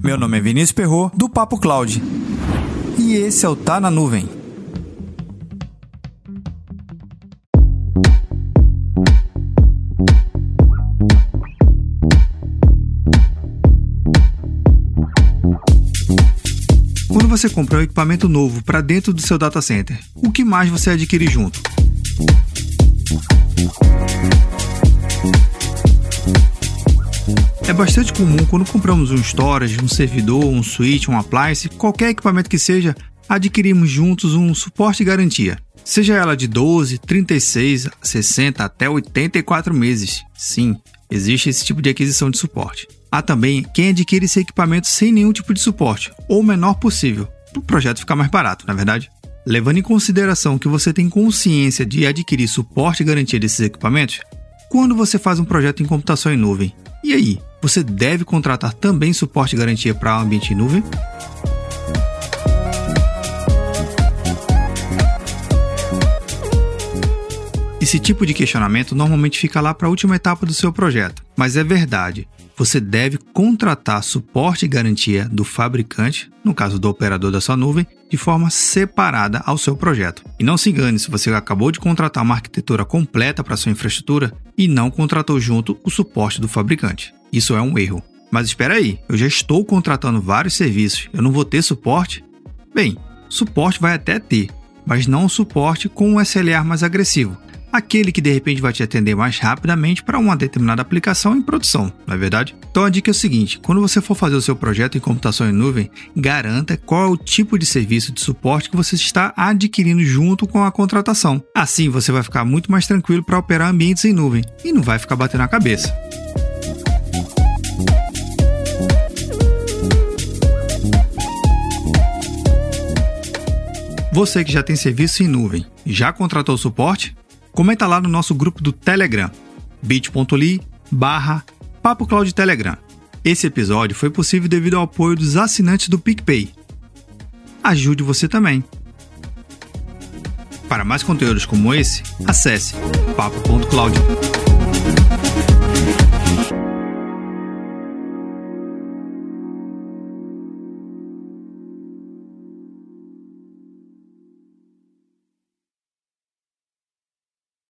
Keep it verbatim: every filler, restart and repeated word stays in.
Meu nome é Vinícius Perro, do Papo Cloud. E esse é o Tá na Nuvem. Quando você compra um equipamento novo para dentro do seu data center, o que mais você adquire junto? É bastante comum quando compramos um storage, um servidor, um switch, um appliance, qualquer equipamento que seja, adquirimos juntos um suporte e garantia. Seja ela de doze, trinta e seis, sessenta até oitenta e quatro meses. Sim, existe esse tipo de aquisição de suporte. Há também quem adquire esse equipamento sem nenhum tipo de suporte, ou o menor possível, para o projeto ficar mais barato, não é verdade? Levando em consideração que você tem consciência de adquirir suporte e garantia desses equipamentos, quando você faz um projeto em computação em nuvem, e aí, você deve contratar também suporte e garantia para o ambiente em nuvem? Esse tipo de questionamento normalmente fica lá para a última etapa do seu projeto, mas é verdade. Você deve contratar suporte e garantia do fabricante, no caso do operador da sua nuvem, de forma separada ao seu projeto. E não se engane se você acabou de contratar uma arquitetura completa para sua infraestrutura e não contratou junto o suporte do fabricante. Isso é um erro. Mas espera aí, eu já estou contratando vários serviços, eu não vou ter suporte? Bem, suporte vai até ter, mas não um suporte com um S L A mais agressivo. Aquele que de repente vai te atender mais rapidamente para uma determinada aplicação em produção, não é verdade? Então a dica é o seguinte, quando você for fazer o seu projeto em computação em nuvem, garanta qual é o tipo de serviço de suporte que você está adquirindo junto com a contratação. Assim você vai ficar muito mais tranquilo para operar ambientes em nuvem e não vai ficar batendo a cabeça. Você que já tem serviço em nuvem, já contratou suporte? Comenta lá no nosso grupo do Telegram, bit.ly barra Papo Cloud Telegram. Esse episódio foi possível devido ao apoio dos assinantes do PicPay. Ajude você também. Para mais conteúdos como esse, acesse papo ponto cloud.